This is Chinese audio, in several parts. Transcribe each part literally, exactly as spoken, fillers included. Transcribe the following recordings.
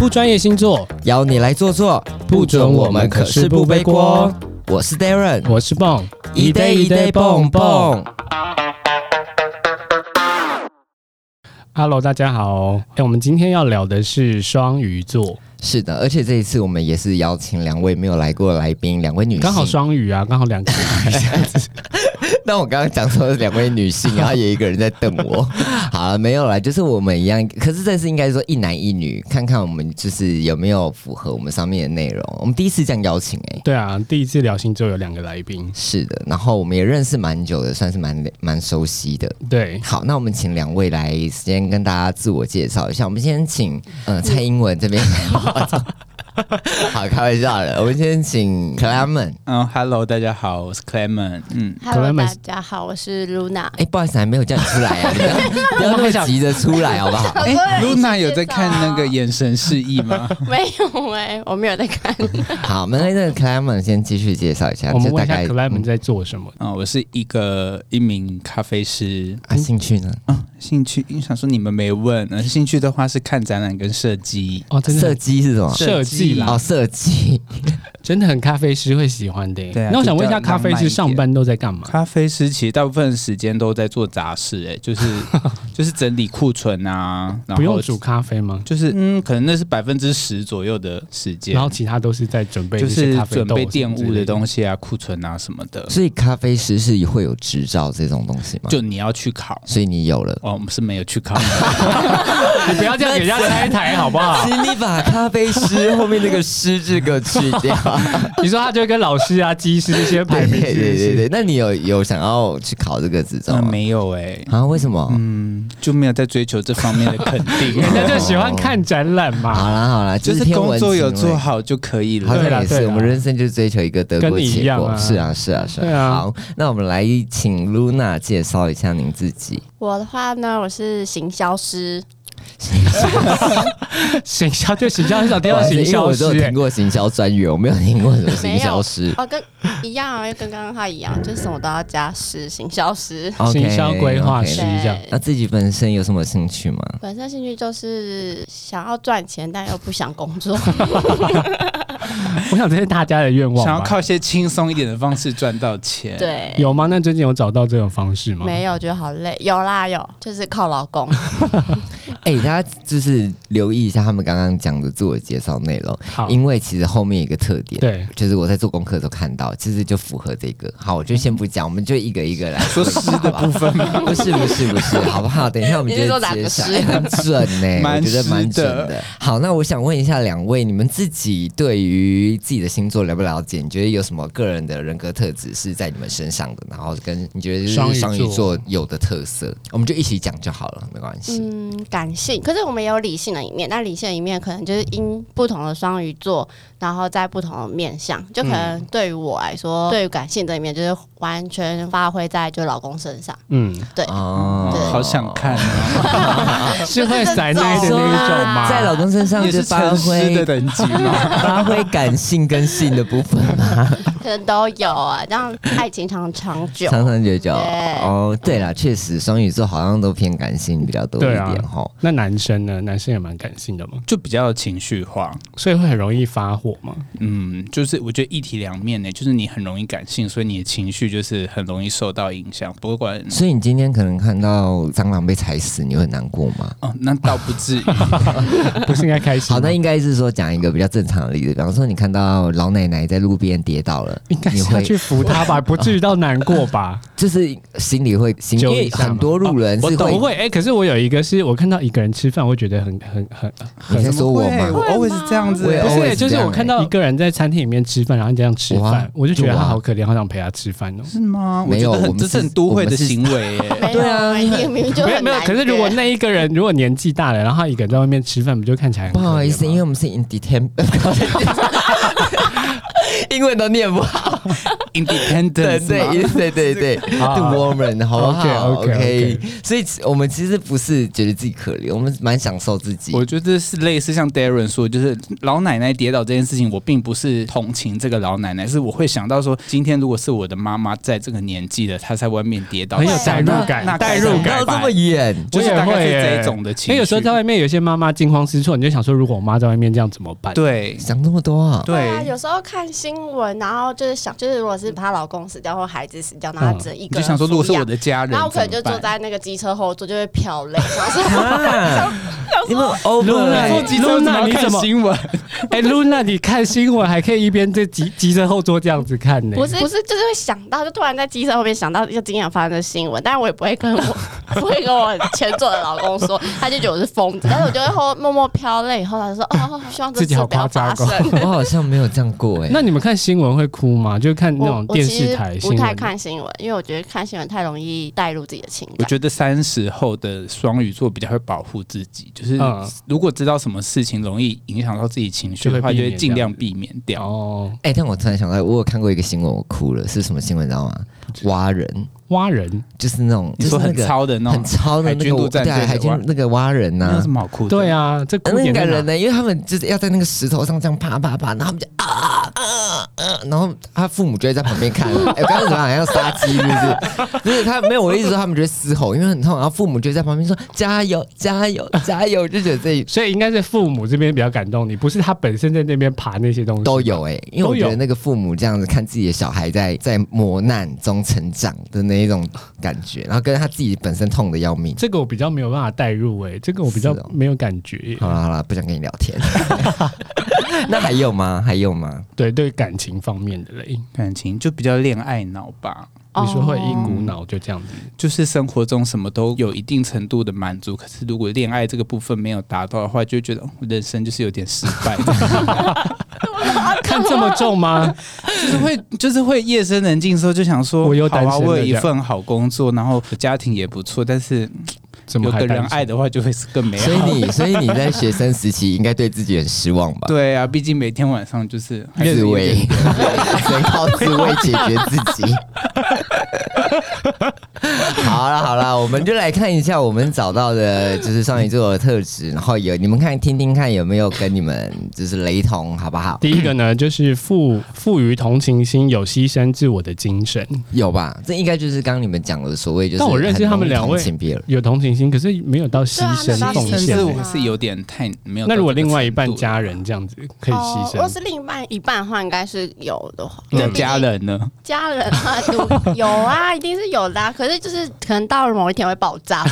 不专业星座， 邀你来坐坐， 不准我们可是不背锅。 我是 Darren， 我是蹦， 一 day 一 day 蹦蹦。 Hello， 大家好。欸，我们今天要聊的是双鱼座。 是的，而且这一次我们也是邀请两位没有来过的来宾，两位女性， 刚好双鱼啊，刚好两个女性。 那我刚刚讲说两位女性，然后有一个人在瞪我。好了，没有啦，就是我们一样，可是这次应该说一男一女，看看我们就是有没有符合我们上面的内容。我们第一次这样邀请哎、欸， 对啊，第一次聊星座有两个来宾。 是的，然后我们也认识蛮久的，算是蛮蛮熟悉的。 对， 好，那我们请两位来先跟大家自我介绍一下。我们先请呃蔡英文这边。好，开玩笑的。我们先请 Clement。 嗯 ，Hello， 大家好，我是 Clement。嗯 ，Hello， 大家好，我是 Luna。 哎、欸，不好意思，还没有叫你出来啊！你不要不要那么急着出来，好不好？ 哎、欸、，Luna 有在看那个眼神示意吗？ 没有哎、欸，我没有在看。 好，我们那个 Clement 先继续介绍一下。 我们问一下 Clement 在做什么？ 嗯、哦，我是一个一名咖啡师。 啊，兴趣呢？ 嗯，兴趣，因为想说你们没问，呃，兴趣的话是看展览跟设计。 哦，真的设计是什么？ 设计。 哦，设计真的很咖啡师会喜欢的。 对啊， 那我想问一下，咖啡师上班都在干嘛？ 咖啡师其实大部分时间都在做杂事，哎，就是就是整理库存啊，然后不用煮咖啡吗？ 就是嗯，可能那是百分之十左右的时间， 然后其他都是在准备， 就是准备店务的东西啊、库存啊什么的。 所以咖啡师是会有执照这种东西吗？ 就你要去考， 所以你有了。 哦，我们是没有去考。 你不要这样给人家拆台好不好？ 请你把咖啡师后面那个师这个去掉。 你说他就会跟老师啊、技师那些排名， 对对对对。那你有有想要去考这个执照吗？ 嗯、没有哎、欸。 啊？为什么？ 嗯，就没有在追求这方面的肯定。 人家就喜欢看展览嘛。 好啦好啦， 就是工作有做好就可以了。 对啦，也是我们人生就追求一个得过且过。啊是啊是啊是啊。 对啊。 好，那我们来请 Luna 介绍一下您自己。 我的话呢，我是行销师。 行销就行销，很少听到行销师、欸。 我都有听过行销专员，我没有听过什么行销师。 哦，跟一样啊，跟刚刚他一样，就是什么都要加师，行销师、 okay, 行销规划师这样。 那自己本身有什么兴趣吗？ 本身兴趣就是想要赚钱，但又不想工作。 我想这是大家的愿望， 想要靠一些轻松一点的方式赚到钱。 对， 有吗？那最近有找到这种方式吗？ 没有，觉得好累。有啦，有，就是靠老公。 哎、欸，大家就是留意一下他们刚刚讲的自我介绍内容，因为其实后面有一个特点， 对， 就是我在做功课的时候看到，其实就符合这个。好，我就先不讲，我们就一个一个来说诗的部分吗？ 不是不是不是，好不好？等一下我们就揭晓，欸、很准呢、欸，我觉得蛮准的。好，那我想问一下两位，你们自己对于自己的星座了不了解？你觉得有什么个人的人格特质是在你们身上的？然后跟你觉得就是双鱼座有的特色，我们就一起讲就好了，没关系。 嗯，感性，可是我们也有理性的一面，但理性的一面可能就是因不同的双鱼座，然后在不同的面向，就可能对于我来说，嗯、对于感性的一面就是完全发挥在就老公身上。嗯，对， 哦， 对好想看啊， 是会塞奶的那一种吗？ 在老公身上就发挥的等级吗？ 发挥感性跟性的部分吗？ 可能都有啊，这样爱情长长久， 长长久久。哦，对啦，确实双鱼座好像都偏感性比较多一点哈、啊。 那男生呢？男生也蛮感性的吗？ 就比较情绪化， 所以会很容易发火吗？ 嗯，就是我觉得一体两面呢，就是你很容易感性，所以你的情绪就是很容易受到影响。不管， 所以你今天可能看到蟑螂被踩死，你会难过吗？ 哦，那倒不至于， 不是应该开心？ 好，那应该是说讲一个比较正常的例子，比方说你看到老奶奶在路边跌倒了， 应该是要去扶她吧，不至于到难过吧？ 就是心里会心，因为很多路人是会、 哦、不会哎、欸，可是我有一个是我看到一个人吃饭，我会觉得很很很很。 你在说我吗？ 我 always 是这样子， 不是，就是我看到一个人在餐厅里面吃饭，然后这样吃饭，我就觉得他好可怜，好想陪他吃饭哦。 是吗？ 没有， 我觉得很这是很都会的行为耶。 对啊，明明就没有没有。可是如果那一个人如果年纪大了，然后他一个人在外面吃饭，不就看起来很不好意思，因为我们是 entertainment，英文都念不好。 independence 对对对对 ，the woman， 好不好 ？OK OK， 所以我们其实不是觉得自己可怜，我们蛮享受自己。 我觉得是类似像 Darren 说，就是老奶奶跌倒这件事情，我并不是同情这个老奶奶，是我会想到说，今天如果是我的妈妈在这个年纪了，她在外面跌倒， 很有代入感， 那代入感这么远， 就是大概是这一种的情绪。 因为有时候在外面有些妈妈惊慌失措，你就想说，如果我妈在外面这样怎么办？ 对， 想这么多啊。 对啊，有时候看新闻，然后就是想，就是如果是她老公死掉或孩子死掉，然后她只一个人， 就想说，如果是我的家人， 然后我可能就坐在那个机车后座，就会飘泪。 因为 Luna 坐机车 ，Luna 你怎么新闻？ 哎 ，Luna 你看新闻还可以一边在机机车后座这样子看呢？ 不是不是，就是会想到，就突然在机车后面想到一个今天发生的新闻，但是我也不会跟我不会跟我前座的老公说，他就觉得我是疯子，但是我就会后默默飘泪，后来就说哦，希望这次不要发生。 我好像没有这样过哎、欸。 那你们看新闻会哭吗？就看那种电视台新闻。 不太看新闻，因为我觉得看新闻太容易带入自己的情感。 我觉得三十后的双鱼座比较会保护自己，就是如果知道什么事情容易影响到自己情绪的话，就会尽量避免掉。 哦，哎、欸，但我突然想到，我有看过一个新闻，我哭了，是什么新闻？你知道吗？蛙人。 蛙人就是那种， 你说很糙的那种， 很糙的那个，对，海军那个蛙人呐、啊， 有什么好哭的？ 对啊，这那个人呢，因为他们就是要在那个石头上这样爬爬爬，然后他们就啊啊啊，然后他父母就会在旁边看。哎、欸，刚刚怎么好像杀鸡，是不是？不是他没有，我的意思说他们就会嘶吼，因为很痛，然后父母就在旁边说加油加油加油，就觉得这， 所以应该是父母这边比较感动你，不是他本身在那边爬那些东西都有哎、欸，因为我觉得那个父母这样子看自己的小孩在在磨难中成长的那一种感觉。然后跟他自己本身痛的要命， 这个我比较没有办法代入哎、欸，这个我比较没有感觉、欸。 好了好了，不想跟你聊天。那还有吗？还有吗？ 对对，感情方面的嘞， 感情就比较恋爱脑吧。 你说会一股脑就这样子、嗯， 就是生活中什么都有一定程度的满足，可是如果恋爱这个部分没有达到的话，就觉得人生就是有点失败。 看这么重吗？ 就是会，就是会夜深人静的时候就想说， 我有好啊，我有一份好工作，然后家庭也不错，但是有个人爱的话，就会是更美好。 所以你，所以你在学生时期应该对自己很失望吧？ 对啊，毕竟每天晚上就是自慰，只能靠自慰解决自己。好了好了，我们就来看一下我们找到的就是双鱼座的特质，然后有你们看听听看有没有跟你们就是雷同，好不好？ 第一个呢，就是富富于同情心，有牺牲自我的精神， 有吧？这应该就是刚刚你们讲的所谓就是。 但我认识他们两位有同情心，可是没有到牺牲奉献， 我是有点太没有。 那如果另外一半家人这样子可以牺牲， 如果是另一半一半的话，应该是有的话。 那家人呢？ 家人啊，有啊，一定是有的、啊。可是就是可能到了某一天会爆炸。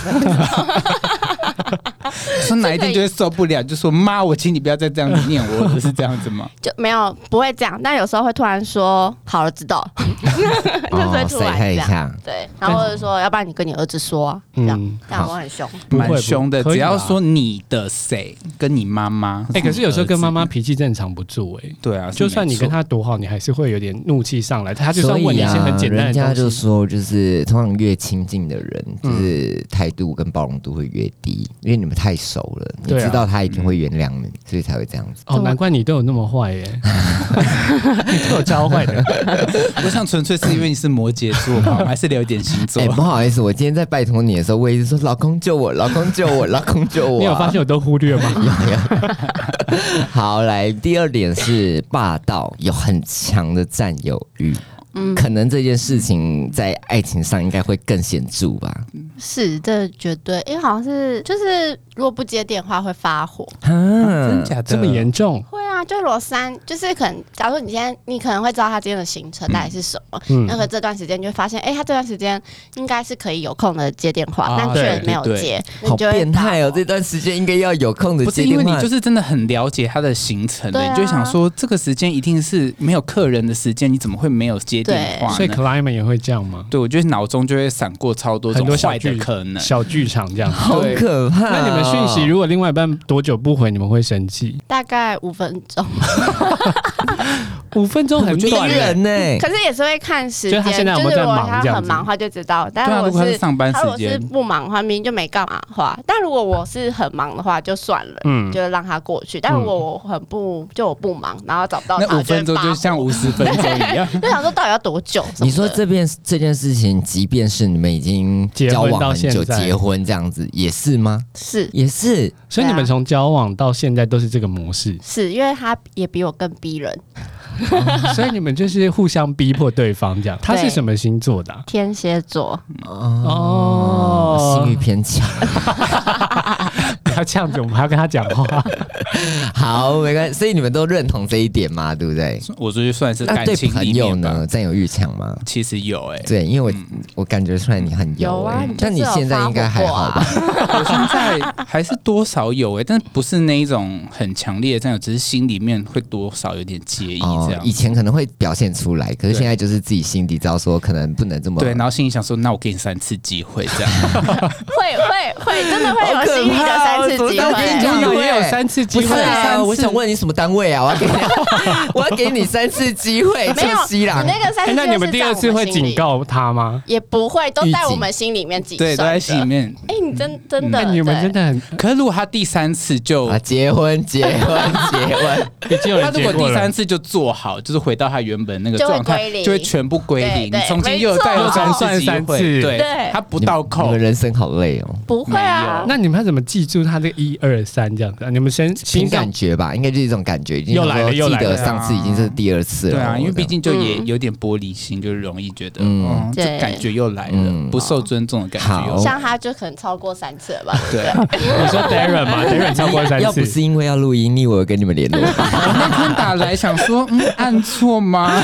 说哪一天就会受不了，就说妈，我请你不要再这样子念我了，是这样子吗？ 就没有不会这样，但有时候会突然说好了，知道，就是会突然这样，对，然后或者说要不然你跟你儿子说、啊，这样，嗯、这样我很凶， 蛮凶的。只要说你的谁跟你妈妈， 哎、欸，可是有时候跟妈妈脾气真的藏不住、欸，哎， 对啊， 就算你跟他多好，你还是会有点怒气上来，他就算问你一些很简单的东西， 人家就说就是通常越亲近的人，就是态度跟包容度会越低，因为你们太熟了，你知道他一定会原谅你，所以才会这样子。 哦，难怪你都有那么坏耶、欸，你都有超坏的。 我想纯粹是因为你是摩羯座嘛，还是聊点星座？ 哎、欸，不好意思，我今天在拜托你的时候，我一直说老公救我，老公救我，老公救我、啊。 你有发现我都忽略吗？ 有有。好，来第二点是霸道，有很强的占有欲。嗯，可能这件事情在爱情上应该会更显著吧？ 是，这绝对，因为好像是就是如果不接电话会发火， 啊，真假的这么严重？ 会啊，就罗三，就是可能，假如说你今天你可能会知道他今天的行程大概是什么，嗯，那个这段时间你就会发现，哎、欸，他这段时间应该是可以有空的接电话，啊、但却没有接， 好变态哦！这段时间应该要有空的接电话， 不是因为你就是真的很了解他的行程的，啊、你就想说这个时间一定是没有客人的时间，你怎么会没有接电话呢？ 所以 Clayman 也会这样吗？ 对，我觉得脑中就会闪过超多种坏的可能， 小剧场这样， 好可怕、哦。 那你们讯息如果另外一半多久不回，你们会生气？ 大概五分钟。 五分钟很短人呢、欸， 可是也是会看时间， 就是他如果他很忙的话就知道。但是我是上班时间， 他如果是不忙的话，明明就没干嘛的话。但如果我是很忙的话，就算了，嗯，就让他过去。但如果我很不，就我不忙，然后找不到他， 那五分钟就像五十分钟一样。 就想说到底要多久？ 你说这边这件事情，即便是你们已经交往很久，结婚这样子，也是吗？ 是， 也是。 所以你们从交往到现在都是这个模式？ 是因为他也比我更逼人。 哦、所以你们就是互相逼迫对方这样。他是什么星座的、啊？ 天蝎座。 哦，性欲偏强。 不要这样子，我们还要跟他讲话。 好，没关系。所以你们都认同这一点吗？对不对？ 我觉得算是感情里面。那对朋友呢？占有欲强吗？ 其实有哎、欸。 对，因为我、嗯、我感觉出来你很有哎、欸。 有啊， 但你现在应该还好吧？ 我现在还是多少有哎、欸，但不是那一种很强烈的占有，只是心里面会多少有点介意这样、哦。 以前可能会表现出来，可是现在就是自己心底知道说可能不能这么对，然后心里想说，那我给你三次机会这样。 会会会，真的会有心里的三次机会。 有也有三次机会啊！我想问你什么单位啊？我要给你，我要给你三次机会。 没有，你那个三次、欸， 那你们第二次会警告他吗？ 也不会，都在我们心里面计算。 对，都在心里面。 哎、欸，你真真的、 嗯，你们真的很。 可是如果他第三次就、 啊、结婚，结婚，结婚， 已经有人结婚了。 他如果第三次就做好，就是回到他原本那个状态，就会全部归零，从今又再有三次机会。对，他不倒扣。 你们人生好累哦。 不会啊， 那你们要怎么记住他这个一二三这样子？你们先凭感觉吧，应该就是一种感觉。已经又来了，又来了。 记得上次已经是第二次了。 对啊，因为毕竟就也有点玻璃心，就容易觉得，嗯，这感觉又来了，不受尊重的感觉又来了。 像他就可能超过三次了吧？ 对， 你说 Darren 吗 ？Darren 超过三次， 要不是因为要录音，你以为我跟你们联络？ 我那天打来想说，嗯，按错吗？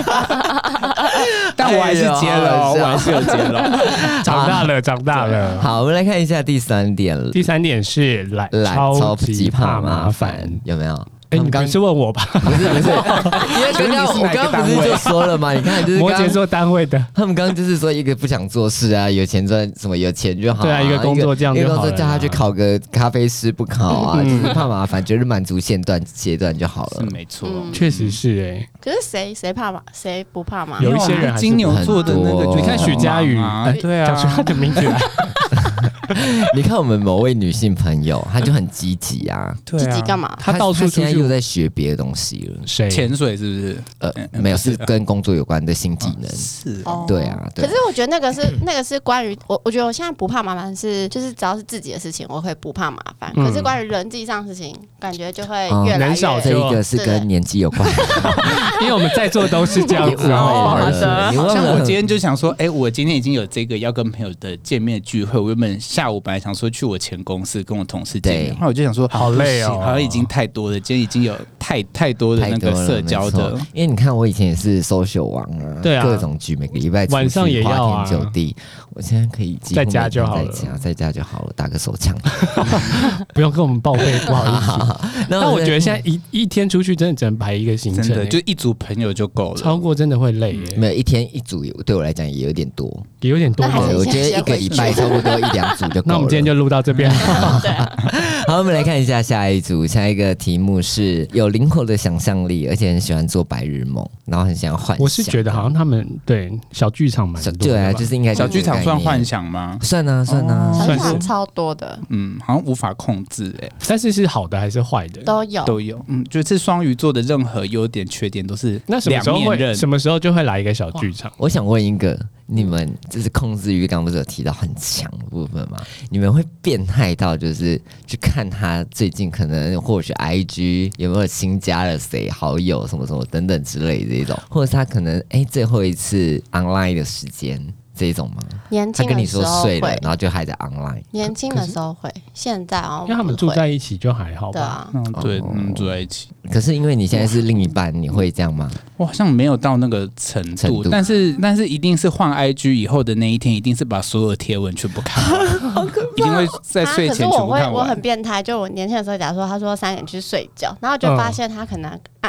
但我还是接了，我还是有接了。 长大了，长大了。 好，我们来看一下第三点了。 第三点是懒，超级怕麻烦， 有没有？ 哎、欸，你刚是问我吧？ 不是不是，因为刚刚我刚刚不是就说了吗？你看，就是摩羯座单位的， 他们刚刚就是说一个不想做事啊，有钱赚什么有钱就好、啊， 对啊，一个工作这样就好了，一个工作叫他去考个咖啡师不考啊，嗯、就是怕麻烦，就是满足现段阶段就好了。 是没错， 确、嗯、实是哎、欸。 可是谁谁怕麻，谁不怕麻烦？ 有一些人还是金牛座的那个， 你看许佳宇啊，对啊，讲出他的名字来。 你看我们某位女性朋友，她就很积极啊， 积极干嘛？ 她到处现在又在学别的东西了。 谁？潜水是不是？ 呃，没有，是跟工作有关的新技能。 是， 对啊。 可是我觉得那个是那个是关于我，我觉得我现在不怕麻烦是，就是只要是自己的事情，我会不怕麻烦。可是关于人际上的事情，感觉就会越来越少。 这一个是跟年纪有关， 因为我们在座都是这样子。 像我今天就想说，哎，我今天已经有这个要跟朋友的见面聚会，我原本下午本来想说去我前公司跟我同事见面，后来我就想说好累哦， 好像已经太多了，今天已经有太太多的那个社交的， 因为你看我以前也是 social 王啊， 对啊， 各种局每个礼拜晚上也要花天酒地，我现在可以在家就好了， 在家在家就好了，打个手枪， 不用跟我们报备，不好意思。但我觉得现在一一天出去真的只能排一个行程， 真的就一组朋友就够了， 超过真的会累耶。 没有一天一组，对我来讲也有点多， 也有点多。 我觉得一个礼拜差不多一两组就够了。 那我们今天就录到这边。 好，我们来看一下下一组，下一个题目是有灵活的想象力，而且很喜欢做白日梦，然后很想要幻想。 我是觉得好像他们对小剧场蛮多的， 对啊，就是应该小剧场算幻想吗？ 算啊，算啊， 小剧场超多的， 嗯，好像无法控制哎、欸。 但是是好的还是坏的？ 都有都有，嗯，就是双鱼座的任何优点缺点都是那什么时候会什么时候就会来一个小剧场？ 我想问一个。你们就是控制欲，刚刚不是有提到很强的部分吗？你们会变态到就是去看他最近可能或许 I G 有没有新加了谁好友什么什么等等之类的这种，或者是他可能哎、欸、最后一次 online 的时间这一种吗？ 年轻的时候会，他跟你说睡了，然后就还在 online。 年轻的时候会，现在哦， 因为他们住在一起就还好吧。 对啊， 嗯，对，嗯，住在一起。 可是因为你现在是另一半，你会这样吗？ 我好像没有到那个程度，程度但是但是一定是换 I G 以后的那一天，一定是把所有的贴文全部看完，好可怕，一定会在睡前全部看完。 可是我会，我很变态，就我年轻的时候，假如说他说三点去睡觉，然后就发现他可能按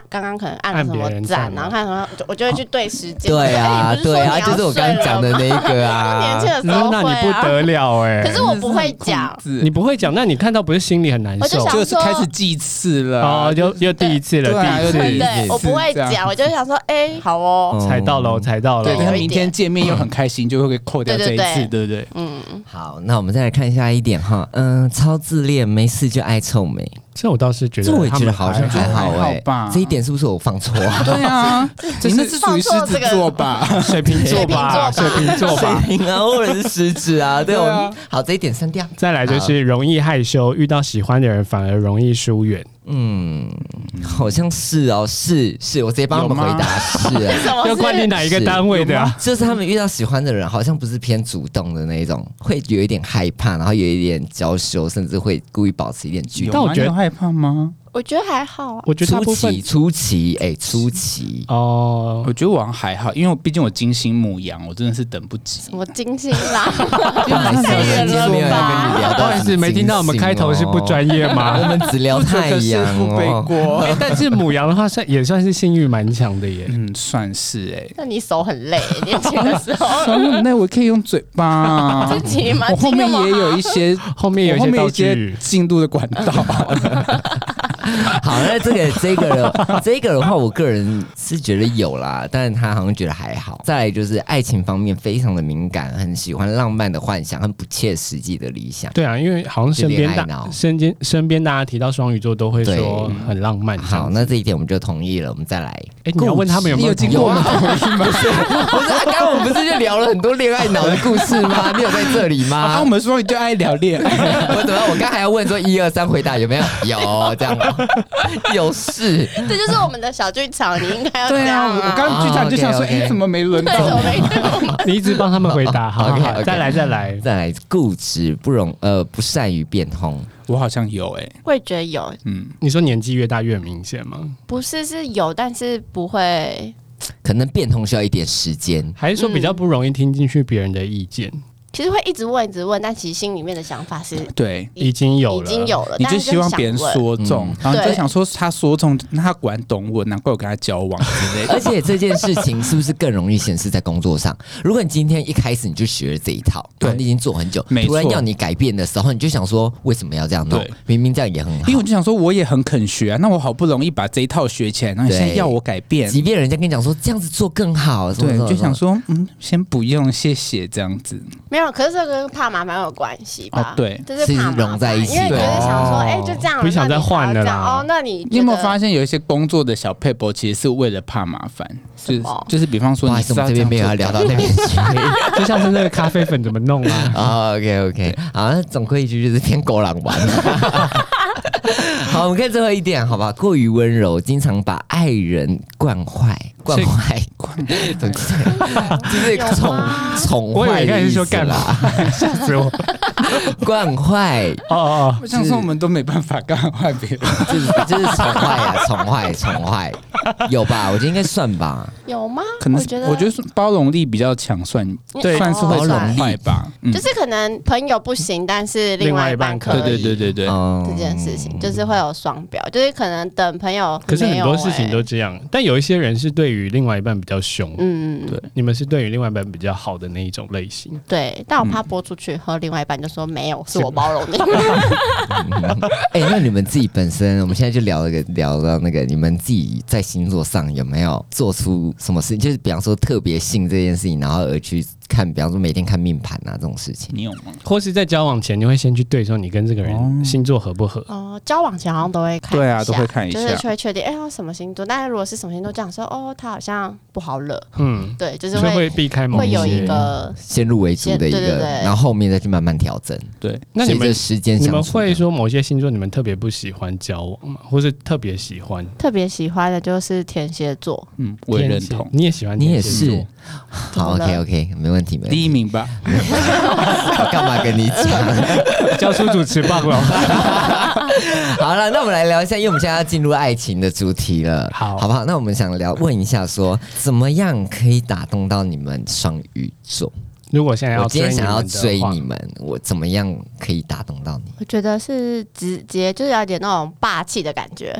刚刚可能按了什么赞，然后看什么，我就会去对时间。 对啊，对啊，就是我刚刚讲的那一个啊。 年轻的时候会啊， 那你不得了哎！ 可是我不会讲， 你不会讲，那你看到不是心里很难受？ 就是开始祭祀了哦，又又第一次了，第一次。 对，我不会讲，我就想说，哎，好哦， 猜到了，我猜到了。 对，他明天见面又很开心，就会扣掉这一次，对不对？ 嗯， 好，那我们再来看下一点哈，嗯，超自恋，没事就爱臭美。 这我倒是觉得， 这我也觉得好像还好哎，这一点是不是我放错？ 对啊，你那是属于狮子座吧？ 水瓶座吧？水瓶座吧？ 水瓶啊，或者是狮子啊？对啊。好，这一点删掉。 再来就是容易害羞，遇到喜欢的人反而容易疏远。 嗯，好像是哦，是是，我直接帮他们回答是啊。 要关你哪一个单位的啊？ 就是他们遇到喜欢的人，好像不是偏主动的那种，会有一点害怕，然后有一点娇羞，甚至会故意保持一点距离。 但我觉得害怕吗？ 我觉得还好啊， 我觉得初期初期哎，初期哦， 我觉得我好像还好，因为毕竟我金星牡羊，我真的是等不及。 什么金星啦？ 太远了吧？ 不好意思，没听到我们开头是不专业吗？ 我们只聊太阳哦。 但是牡羊的话，算也算是性欲蛮强的耶。 嗯，算是哎。 那你手很累，年轻的时候。 手很累，我可以用嘴巴。 自己吗？ 我后面也有一些， 后面有一些道具进度的管道。 好，那这个这个的这个的话，我个人是觉得有啦，但是他好像觉得还好。再来就是爱情方面非常的敏感，很喜欢浪漫的幻想，很不切实际的理想。 对啊，因为好像身边大身边身边大家提到双鱼座都会说很浪漫。 好，那这一点我们就同意了。我们再来， 哎，你要问他们有没有经过吗？ 不是，不是，刚刚我们不是就聊了很多恋爱脑的故事吗？你有在这里吗？ 那我们双鱼就爱聊恋爱。 我怎么？我刚还要问说一二三回答有没有？有这样。有事， 这就是我们的小剧场，你应该要这样啊！ 我刚刚剧场就想说，哎，怎么没轮到？ 你一直帮他们回答，好，再来，再来， 再来，固执，不容呃，不善于变通。 我好像有哎， 我也觉得有。 嗯，你说年纪越大越明显吗？ 不是，是有，但是不会。 可能变通需要一点时间， 还是说比较不容易听进去别人的意见？ 其实会一直问，一直问，但其实心里面的想法是， 对， 已经有了， 已经有了， 你就希望别人说中， 嗯、 然后你就想说他说中，那他果然懂我，难怪我跟他交往之类的。 而且这件事情是不是更容易显示在工作上？如果你今天一开始你就学了这一套，对，你已经做很久，突然要你改变的时候，你就想说为什么要这样弄？明明这样也很好。 因为我就想说，我也很肯学啊，那我好不容易把这一套学起来，然后你现在要我改变， 即便人家跟你讲说这样子做更好， 对，就想说嗯，先不用，谢谢这样子。 没有，可是这个怕麻烦有关系吧？ 哦、对， 就是怕融在一起， 因为就是想说，哎、欸，就这样， 不想再换了啦。 哦，那你你有没有发现有一些工作的小撇步，其实是为了怕麻烦？就是就是，比方说， 你怎么这边没有要聊到那边去？ 就像是那个咖啡粉怎么弄啊？ 啊、oh, ，OK OK， 好，那总归一句就是偏狗狼玩。好，我们看最后一点，好吧？过于温柔，经常把爱人惯坏，惯坏，惯，就是宠宠坏的意思啦。 吓死我！ 惯坏哦哦， 我想说我们都没办法惯坏别人， 就是就是宠坏啊，宠坏，宠坏，有吧？我觉得应该算吧。 有吗？ 可能我觉得我觉得包容力比较强，算对，算是会宠坏吧。 就是可能朋友不行，但是另外一半可以。 对对对对对， 这件事情就是会有双标，就是可能等朋友。 可是很多事情都这样，但有一些人是对于另外一半比较凶， 嗯， 对，你们是对于另外一半比较好的那一种类型。 对，但我怕播出去和另外一半就说没有，是我包容你。 哎，那你们自己本身，我们现在就聊了个聊到那个，你们自己在星座上有没有做出什么事？就是比方说特别信这件事情，然后而去看，比方说每天看命盘啊这种事情， 你有吗？ 或是在交往前，你会先去对说你跟这个人星座合不合？ 哦，呃、交往前好像都会看， 对啊，都会看一下， 就是会确定，哎、欸，什么星座？但是如果是什么星座，这样说，哦，他好像不好惹，嗯，对，就是会会避开某些， 会有一个先入为主的一个，对对对，然后后面再去慢慢调整。 对， 那你们时间， 你们会说某些星座你们特别不喜欢交往吗？或是特别喜欢？ 特别喜欢的就是天蝎座， 嗯，我也认同， 你也喜欢天蝎座， 你也是。好 ，OK OK， 没问题，没问题。 第一名吧。 我干嘛跟你讲？ 交出主持棒了。 好了，那我们来聊一下，因为我们现在要进入爱情的主题了，好，好不好？那我们想聊问一下说，说怎么样可以打动到你们双鱼座？ 如果现在要追我今天想要追你们，我怎么样可以打动到你？ 我觉得是直接就是有点那种霸气的感觉。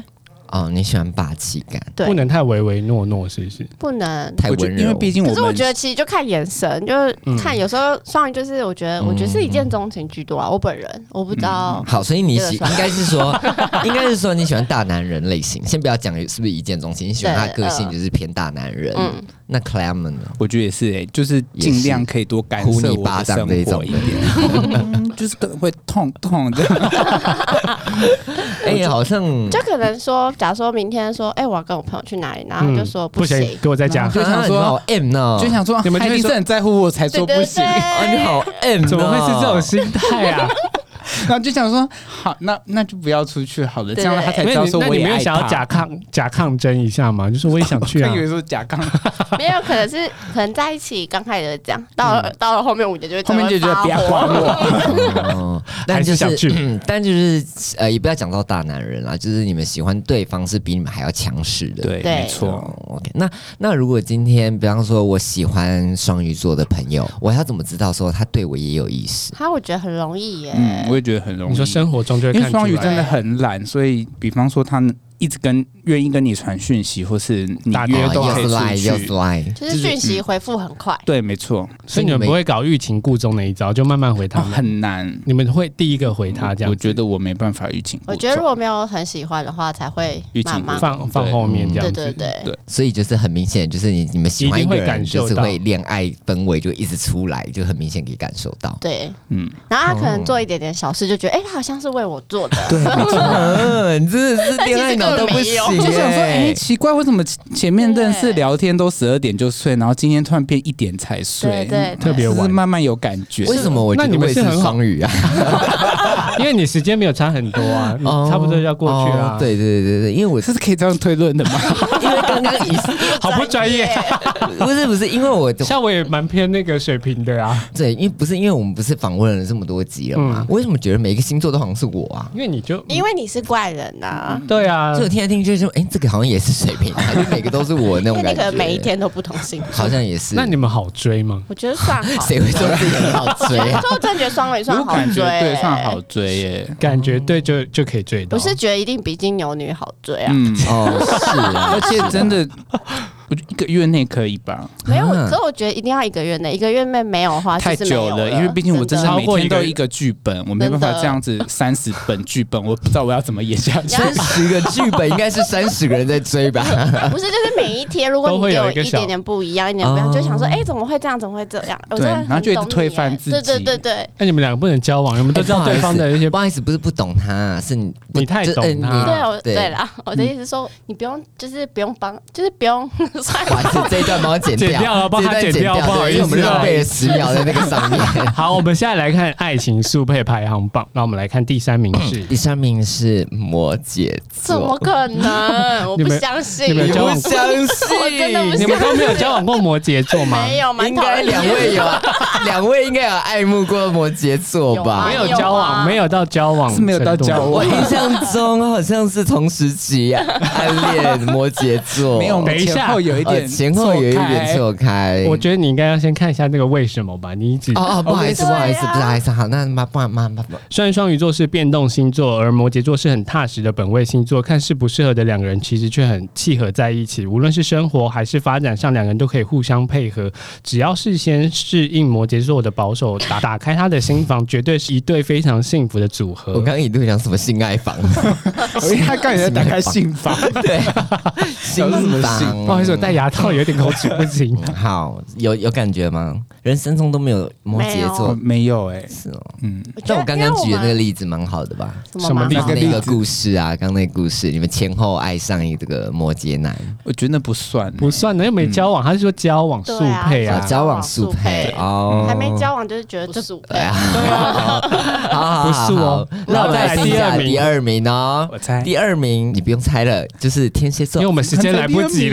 哦，你喜欢霸气感， 对， 不能太唯唯诺诺，是不是？ 不能太温柔， 因为毕竟我们， 可是我觉得其实就看眼神，就是看有时候双鱼就是我觉得，嗯、我觉得是一见钟情居多啊。我本人我不知道、 嗯。好，所以你喜应该是说，应该是说你喜欢大男人类型。先不要讲是不是一见钟情，你喜欢他的个性就是偏大男人。嗯，那 Clement 呢？ 我觉得也是、欸，就是尽量可以多干涉我的生活一点，嗯、就是可能会痛痛这样。 哎、欸，好像就可能说，假如说明天说，哎、欸，我要跟我朋友去哪里，然后就说、嗯、 不行，给我在家， 就想说、 啊、好 M 呢， 就想说，你们就是很在乎我才说不行。 啊，你好 M， 怎么会是这种心态啊？ 然后就想说，好，那那就不要出去好了，这样他才知道说我也爱他。 那你没有想要假抗假抗争一下吗？就是我也想去啊。 他以为说假抗， 没有，可能是可能在一起刚开始这样，到了、嗯、到了后面五年就会后面就觉得不要管我。 哦，但就是想去、嗯，但就是呃，也不要讲到大男人啦，就是你们喜欢对方是比你们还要强势的， 对，没错。 哦、OK， 那那如果今天，比方说我喜欢双鱼座的朋友，我要怎么知道说他对我也有意思？ 他我觉得很容易耶， 嗯，我也觉得很容易。 你说生活中就会看出来， 因为双鱼真的很懒，所以比方说他一直跟愿意跟你传讯息，或是你约都可以出去， 就是讯息回复很快。 嗯、对，没错。 所以你们不会搞欲擒故纵那一招，就慢慢回他们、 哦、很难。 你们会第一个回他这样子？ 我觉得我没办法欲擒故纵。 我觉得如果没有很喜欢的话，才会慢慢放放后面这样子。 对对对对。所以就是很明显，就是你你们喜欢一个人，就是会恋爱氛围就一直出来，就很明显可以感受到。 对，嗯。然后他可能做一点点小事，就觉得哎、欸，他好像是为我做的。 对，没错。你真的是恋爱脑都不行。 就想说，哎、欸，奇怪，为什么前面认识聊天都十二点就睡，然后今天突然变一点才睡， 对 对, 对， 特别晚， 慢慢有感觉。 为什么我觉得我也是双鱼啊？ 因为你时间没有差很多啊，差不多就要过去啊。 哦、对对对对，因为我这是可以这样推论的吗？ 因为刚刚你好不专业， 不是不是，因为我像我也蛮偏那个水平的啊。 对，因为不是因为我们不是访问了这么多集了嘛、嗯？为什么觉得每一个星座都好像是我啊？ 因为你就因为你是怪人呐、啊嗯，对啊， 所以我听来听去就说，哎、欸，这个好像也是水瓶，就每个都是我那种感觉。 你可能每一天都不同星座， 好像也是。 那你们好追吗？ 我觉得算好。 谁会说自己很好追？ 我真的觉得双鱼算好追、欸， 对，算好追耶、欸， 感觉对就就可以追到。 我是觉得一定比金牛女好追啊。 嗯，哦，是啊， 而且真的。我觉得一个月内可以吧？ 没有，可是我觉得一定要一个月内，一个月内没有的话太久了，因为毕竟我真的每天都一个剧本，我没办法这样子三十本剧本，我不知道我要怎么演下去。 三十个剧本应该是三十个人在追吧？ 不是，就是每一天，如果你有一点点不一样，一点不一样，就想说，哎、欸，怎么会这样？怎么会这样？ 对，然后就一直推翻自己。 对对对对。 那、欸、你们两个不能交往，你们都知道对方的一些。 不好意思，不是不懂他，是你你太懂他。 对，我对啦，我的意思说，你不用，就是不用帮，就是不用。 这一段帮我剪掉， 剪掉了，帮他剪掉，不好意思， 我们浪费了十秒在那个上面。 好，我们现在来看爱情速配排行榜，那我们来看第三名是， 第三名是摩羯座， 怎么可能？我不相信， 你们不相信， 我真的不相信， 你们都没有交往过摩羯座吗？ 没有， 应该两位有，两位应该有爱慕过摩羯座吧？ 没有交往，没有到交往， 是没有到交往。 我印象中好像是同时期暗恋摩羯座， 没有， 等一下有一点前后。有一点错开， 我觉得你应该要先看一下那个为什么吧。你一直哦哦，不好意思，不好意思，不好意思，好，那妈不然妈妈。 虽然双鱼座是变动星座，而摩羯座是很踏实的本位星座，看似不适合的两个人，其实却很契合在一起。无论是生活还是发展上，两个人都可以互相配合。只要事先适应摩羯座的保守，打打开他的心房，绝对是一对非常幸福的组合。 我刚刚一度讲什么性爱房， 我以为他刚才在打开性房， 对，性房。 不好意思，我戴牙套有点口齿不清。 好，有有感觉吗？人生中都没有摩羯座， 没有哎、欸， 是哦，嗯。但我刚刚举的那个例子蛮好的吧？ 什么例子？ 那个故事啊，刚那个故事，你们前后爱上一个摩羯男， 我觉得那不算、欸， 不算的，又没交往，他是说交往速配啊， 啊交往速配哦， 还没交往就是觉得速配啊， 对啊，好，不速哦。 那我们来第二名，第二名哦， 我猜第二名，你不用猜了，就是天蝎座， 因为我们时间来不及了。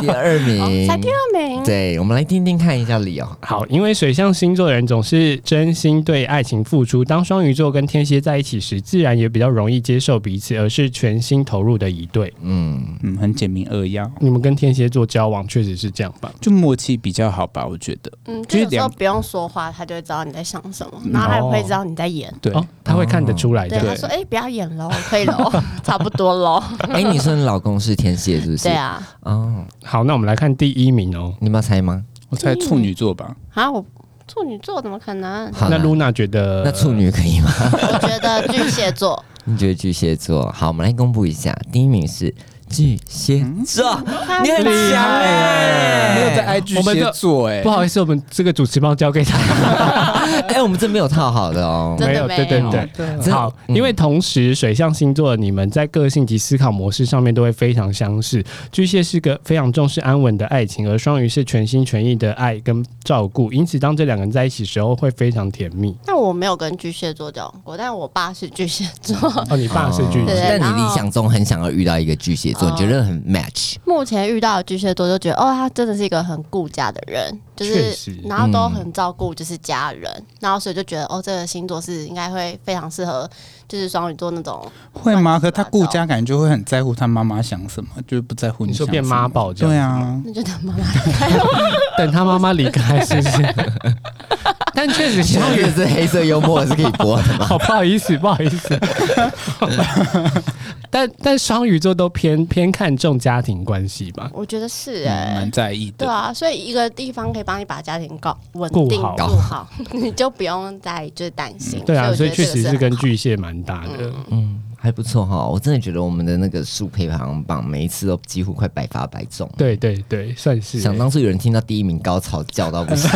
第二名， 哦、才第二名。 对，我们来听听看一下理由。 好，因为水象星座的人总是真心对爱情付出，当双鱼座跟天蝎在一起时，自然也比较容易接受彼此，而是全心投入的一对。 嗯嗯，很简明扼要。 你们跟天蝎座交往确实是这样吧？ 就默契比较好吧，我觉得。 嗯，就有时候不用说话，他就会知道你在想什么， 嗯、 然后他也会知道你在演。 对、 哦，他会看得出来的。 对，他说：“哎、欸，不要演喽，可以喽，差不多喽。” 哎，你说你老公是天蝎是不是？ 对啊。 哦， 好，那我们来看第一名哦。 你们要猜吗？ 我猜处女座吧。 啊，我处女座怎么可能？ 那露娜觉得， 那处女可以吗？ 我觉得巨蟹座。 你觉得巨蟹座？好，我们来公布一下，第一名是巨蟹座，嗯、你很厉害哎， 没有在爱巨蟹座哎， 不好意思，我们这个主持棒交给他。 哎、欸，我们这没有套好的哦， 没有， 对对对对。好，因为同时水象星座的你们在个性及思考模式上面都会非常相似。巨蟹是个非常重视安稳的爱情，而双鱼是全心全意的爱跟照顾，因此当这两个人在一起的时候会非常甜蜜。 但我没有跟巨蟹座交往过，但我爸是巨蟹座。 哦，你爸是巨蟹， 但你理想中很想要遇到一个巨蟹座，你觉得很 match？ 目前遇到的巨蟹座就觉得，哦，他真的是一个很顾家的人，就是然后都很照顾就是家人，嗯、然后所以就觉得，哦，这个星座是应该会非常适合，就是双鱼座那种。 会吗？可是他顾家感觉就会很在乎他妈妈想什么，就是不在乎你想什么。 你说变妈宝这样？ 对啊， 那就等妈妈离开了。 等他妈妈离开，是不是？但确实， 双鱼是黑色幽默是可以播的吗？ 好，不好意思，不好意思。但但双鱼座都偏偏看重家庭关系吧？ 我觉得是哎、欸， 蛮、嗯、在意的。 对啊，所以一个地方可以帮你把家庭搞稳定顾好， 顾好，你就不用再就是担心、 嗯。对啊，所以确实是跟巨蟹蛮大的。嗯。 嗯，还不错哈，我真的觉得我们的那个速配排行榜每一次都几乎快百发百中。 对对对，算是。 想当初有人听到第一名高潮叫到不行，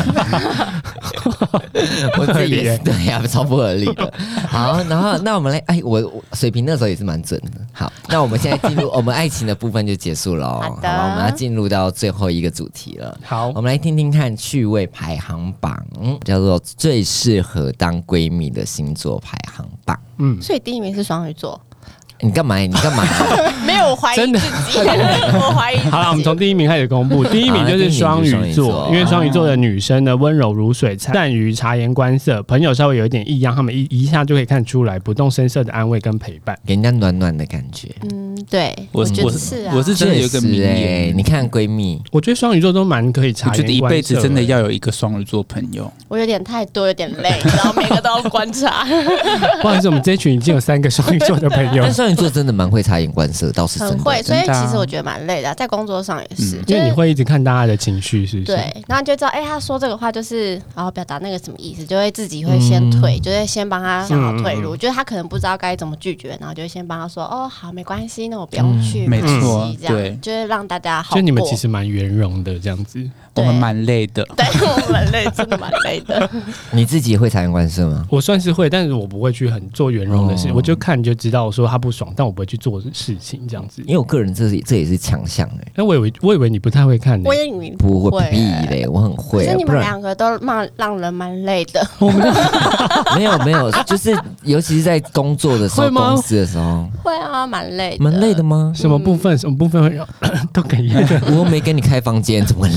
我自己也对呀、啊，超不合理的。好，然后那我们来，哎，我我水瓶那时候也是蛮准的。好，那我们现在进入我们爱情的部分就结束了哦。好吧，我们要进入到最后一个主题了。 好， 我们来听听看趣味排行榜，叫做最适合当闺蜜的星座排行榜。 嗯，所以第一名是双鱼座。 你干嘛？你干嘛？ 没有，我怀疑自己，我怀疑。 好了，我们从第一名开始公布。第一名就是双鱼座，因为双鱼座的女生呢，温柔如水，善于察言观色，朋友稍微有一点异样，他们一一下就可以看出来，不动声色的安慰跟陪伴， 给人家暖暖的感觉。 嗯，对， 我觉得是啊， 我是真的有一个名言、 欸，你看闺蜜， 我觉得双鱼座都蛮可以察言观色。 我觉得一辈子真的要有一个双鱼座朋友。 我有点太多，有点累，然后每个都要观察。 不好意思，我们这一群已经有三个双鱼座的朋友， 但双鱼座真的蛮会察言观色，倒是真的很会，所以其实我觉得蛮累的、啊，在工作上也是、嗯， 因为你会一直看大家的情绪，是不是？ 对，然后你就知道，哎、欸，他说这个话就是然后表达那个什么意思，就会自己会先退，嗯、就会先帮他想好退路。我觉得他可能不知道该怎么拒绝，然后就会先帮他说，哦，好，没关系，那我不用去， 嗯、没错， 这样对，就是让大家好过。 就你们其实蛮圆融的这样子， 我们蛮累的， 对，我们蛮累，真的蛮累的。 你自己会察言观色吗？ 我算是会，但是我不会去很做圆融的事，哦、我就看就知道说他不爽，但我不会去做事情这样子。 因为我个人这这也是强项哎， 但我以为我以为你不太会看、欸， 我以为不会屁嘞，我很会、啊。 可是你们两个都蛮让人蛮累的。 我们没有没有，就是尤其是在工作的时候，公司的时候， 会啊，蛮累的， 蛮累的吗？ 什么部分？嗯、什么部分会让都可以？ 我又没跟你开房间，怎么累？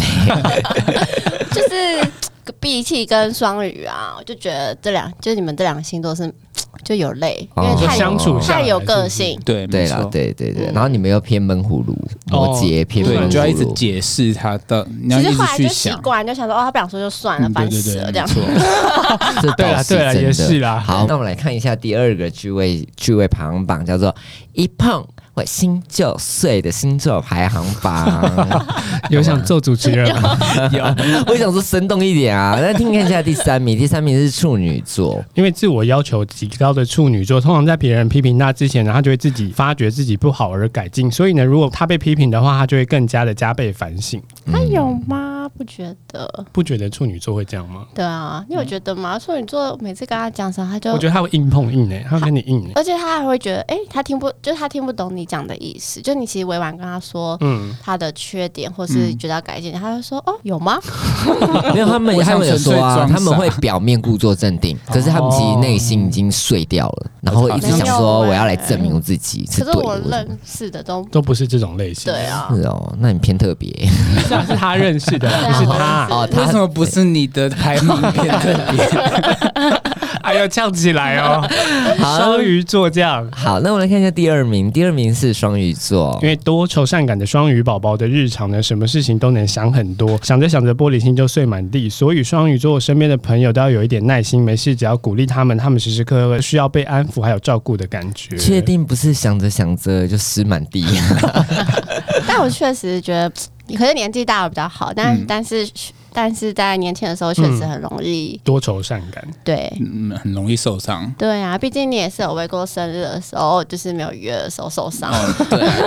就是比起跟双鱼啊，我就觉得这两就是你们这两个星座是就有累，因为太相处太有个性。 对对啦，对对对。然后你们又偏闷葫芦，摩羯偏闷葫芦， 你就要一直解释他的，你要一直去想。 其实后来就习惯，就想说哦，他不想说就算了，烦死了这样。 这对啊，对啊，也是啦。 好，那我们来看一下第二个趣味趣味排行榜，叫做一碰会心就碎的星座排行榜。 有想做主持人吗？ 有，我想说生动一点啊。那听看一下第三名，第三名是处女座。 因为自我要求极高的处女座，通常在别人批评他之前呢，他就会自己发觉自己不好而改进。所以呢，如果他被批评的话，他就会更加的加倍反省。 他有吗？ 啊，不觉得？ 不觉得处女座会这样吗？ 对啊，你有觉得吗？处女座每次跟他讲什么，他就我觉得他会硬碰硬诶，他会跟你硬诶， 而且他还会觉得，哎、欸，他听不，就是他听不懂你讲的意思，就你其实委婉跟他说，嗯，他的缺点或是觉得要改进，嗯、他就说，哦，有吗？ 没有，他们他们有说啊，他们会表面故作镇定，可是他们其实内心已经碎掉了，然后一直想说我要来证明我自己是对的。 可是我认识的都都不是这种类型。 对啊， 是哦，那你偏特别。 是啊，是他认识的，不是他。 哦， 为什么不是你的排名偏特别？ 哎呦，呛起来哦！双鱼座这样。 好，那我来看一下第二名，第二名是双鱼座。 因为多愁善感的双鱼宝宝的日常呢，什么事情都能想很多，想着想着玻璃心就碎满地。所以双鱼座身边的朋友都要有一点耐心，没事只要鼓励他们，他们时时刻刻需要被安抚还有照顾的感觉。 确定不是想着想着就湿满地？ 但我确实觉得，可是年纪大了比较好，但、嗯、但是。但是在年轻的时候确实很容易、 嗯、多愁善感， 对、 嗯，很容易受伤。 对啊，毕竟你也是有为过生日的时候，就是没有约的时候受伤。 哦、对、啊，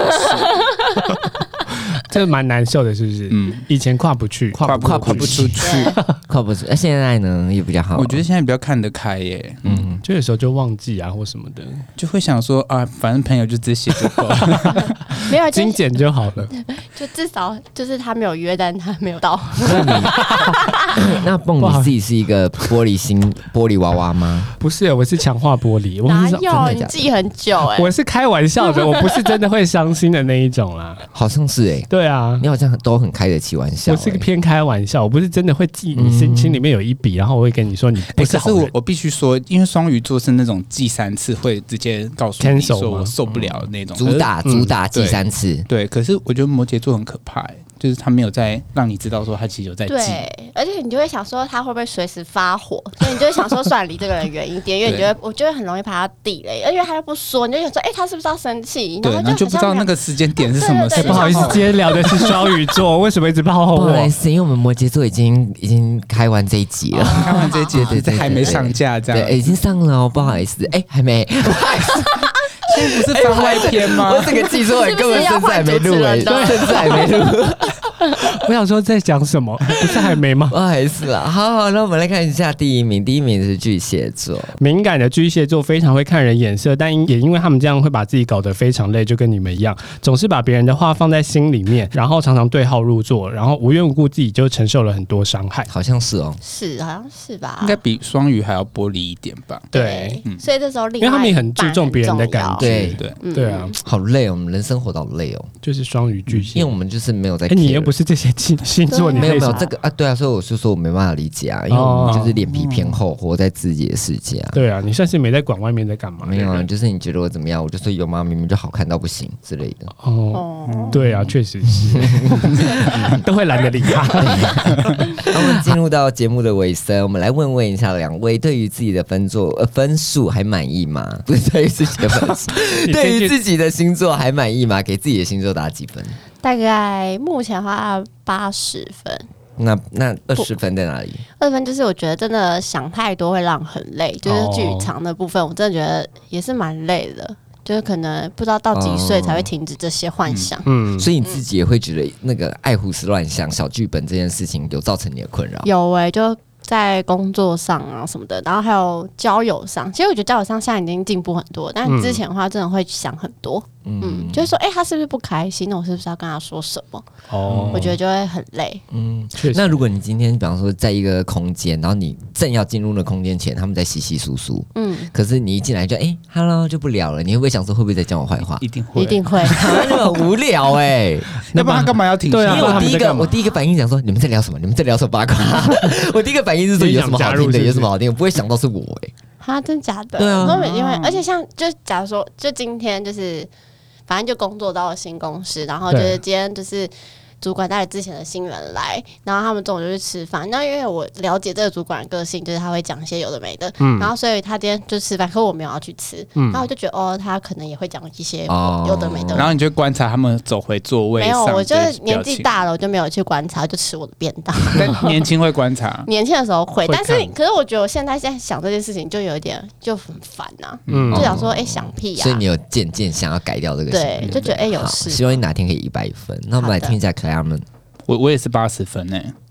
这蛮难受的，是不是？嗯，以前跨不去， 跨不跨不出去， 跨不出。那现在呢，也比较好。 我觉得现在比较看得开耶。 嗯，就有时候就忘记啊，或什么的， 就会想说啊，反正朋友就这些就够了， 没有精简就好了。 就至少就是他没有约，但他没有到。 那蹦，你自己是一个玻璃心、玻璃娃娃吗？ 不是，我是强化玻璃。我哪有？你记很久哎、欸。 我是开玩笑的，我不是真的会伤心的那一种啦。 好像是哎、欸。 对啊， 你好像都很开得起玩笑、欸。 我是个偏开玩笑，我不是真的会记你心心里面有一笔，然后我会跟你说你不是好人。 欸、可是我我必须说，因为双鱼座是那种记三次会直接告诉你说我受不了的那种， 主打主打记三次。 对，可是我觉得摩羯座很可怕、欸。就是他没有在让你知道说他其实有在记， 对，而且你就会想说他会不会随时发火，所以你就会想说算了，离这个人远一点，因为你觉得我觉得很容易把他地雷，因为他又不说，你就想说哎、欸，他是不是要生气？ 对，然后就不知道那个时间点是什么。 欸、不好意思，今天聊的是双鱼座，为什么一直炮轰我？ 不好意思，因为我们摩羯座已经已经开完这一集了， 哦、开完这一集，对对，还没上架这样， 对，已经上了哦，不好意思，哎、欸，还没，不好意思。 现在不是番外篇吗？ 我这个记错，根本甚至还没录哎，甚至还没录。 我想说在讲什么，不是还没吗？ 不好意思啦，好好，那我们来看一下第一名，第一名是巨蟹座。 敏感的巨蟹座非常会看人眼色，但也因为他们这样会把自己搞得非常累，就跟你们一样，总是把别人的话放在心里面，然后常常对号入座，然后无缘无故自己就承受了很多伤害。 好像是哦， 是好像是吧？ 应该比双鱼还要玻璃一点吧？ 对， 嗯、所以这时候另外因为他们也很注重别人的感觉， 对对、 嗯、 对啊， 好累哦，我们人生活得好累哦， 就是双鱼巨蟹， 因为我们就是没有在 care， 哎、欸，你又不是这些星座，你没有没有这个啊，对啊，所以我就说我没办法理解啊，因为我们就是脸皮偏厚，活在自己的世界啊。 对啊，你算是没在管外面在干嘛？ 没有啊，就是你觉得我怎么样，我就说有吗？明明就好看到不行之类的。 哦，对啊，确实是，都会懒得理他。 那我们进入到节目的尾声，我们来问问一下两位，对于自己的分座呃分数还满意吗？不是对于自己的分数，对于自己的星座还满意吗？给自己的星座打几分？ 大概目前的话八十分。 那那二十分在哪里？ 二十分就是我觉得真的想太多会让很累，就是剧场的部分，我真的觉得也是蛮累的。就是可能不知道到几岁才会停止这些幻想， 嗯，嗯所以你自己也会觉得那个爱胡思乱想、小剧本这件事情有造成你的困扰？ 有哎、欸，就在工作上啊什么的，然后还有交友上，其实我觉得交友上现在已经进步很多，但之前的话真的会想很多，嗯，嗯就是说，哎、欸，他是不是不开心？那我是不是要跟他说什么？哦，我觉得就会很累。 嗯，那如果你今天比方说在一个空间，然后你正要进入那空间前，他们在窸窸窣窣，嗯，可是你一进来就哎、欸、，hello 就不聊了，你会不会想说会不会在讲我坏话？ 一定会， 一定会， 那很无聊哎、欸， 要不然他干嘛要停？ 对啊，因为我第一个我第一个反应想说你们在聊什么？你们在聊什么八卦？我第一个反应是说有什么好听的，有什么好听，我不会想到是我哎、欸。 哈，真假的？ 对啊， 因为而且像就假如说，就今天就是反正就工作到了新公司，然后就是今天就是主管带了之前的新人来，然后他们中午就去吃饭。那因为我了解这个主管的个性，就是他会讲一些有的没的，嗯、然后所以他今天就吃饭，可是我没有要去吃，嗯、然后我就觉得哦，他可能也会讲一些有的没的。 哦、然后你就观察他们走回座位上。 没有，我就是年纪大了，我就没有去观察，就吃我的便当。 但年轻会观察， 年轻的时候会，但是可是我觉得我现在现在想这件事情就有一点就很烦呐、啊，嗯、就想说哎、欸、想屁呀、啊。 所以你有渐渐想要改掉这个行为， 对，就觉得哎、欸、有事。 希望你哪天可以一百分。那我们来听一下可爱们。 我我也是八十分诶、欸，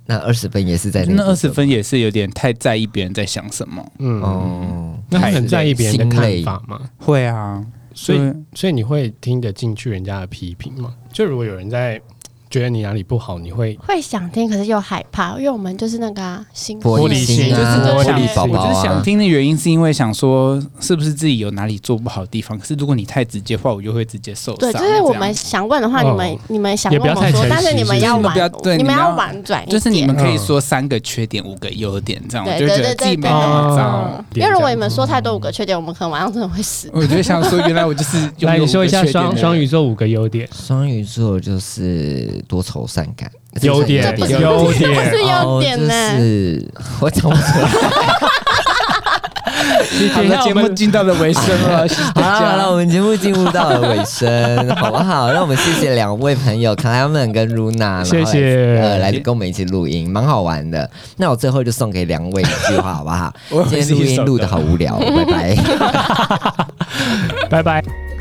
那二十分也是在那二十分也是有点太在意别人在想什么。 嗯哦，那很在意别人的看法吗？ 会啊， 所以所以你会听得进去人家的批评吗？就如果有人在觉得你哪里不好，你会会想听，可是又害怕，因为我们就是那个、啊、心玻璃心， 就是玻璃宝宝、啊。 我就是想听的原因，是因为想说是不是自己有哪里做不好的地方。可是如果你太直接的话，我就会直接受伤。 对，就是我们想问的话，你们、哦、你们想跟我们说，但是你们要婉，你们要婉转一点， 就是你们可以说三个缺点，五个优点，这样我就觉得自己没那么糟。 因为如果你们说太多五个缺点，我们可能晚上真的会死。 我就想说，原来我就是来你说一下双双鱼座五个优点。 双鱼座就是多愁善感。 优点，优点， 不是优点呢、 欸哦，就是我讲不出来。 好了，节目进到了尾声了， 好了好了，我们节目进入到了尾声，好不好？那我们谢谢两位朋友卡莱们跟 Runa， 谢谢， 呃，来跟我们一起录音，蛮好玩的。那我最后就送给两位一句话，好不好？今天录音录得好无聊，拜拜， 拜拜。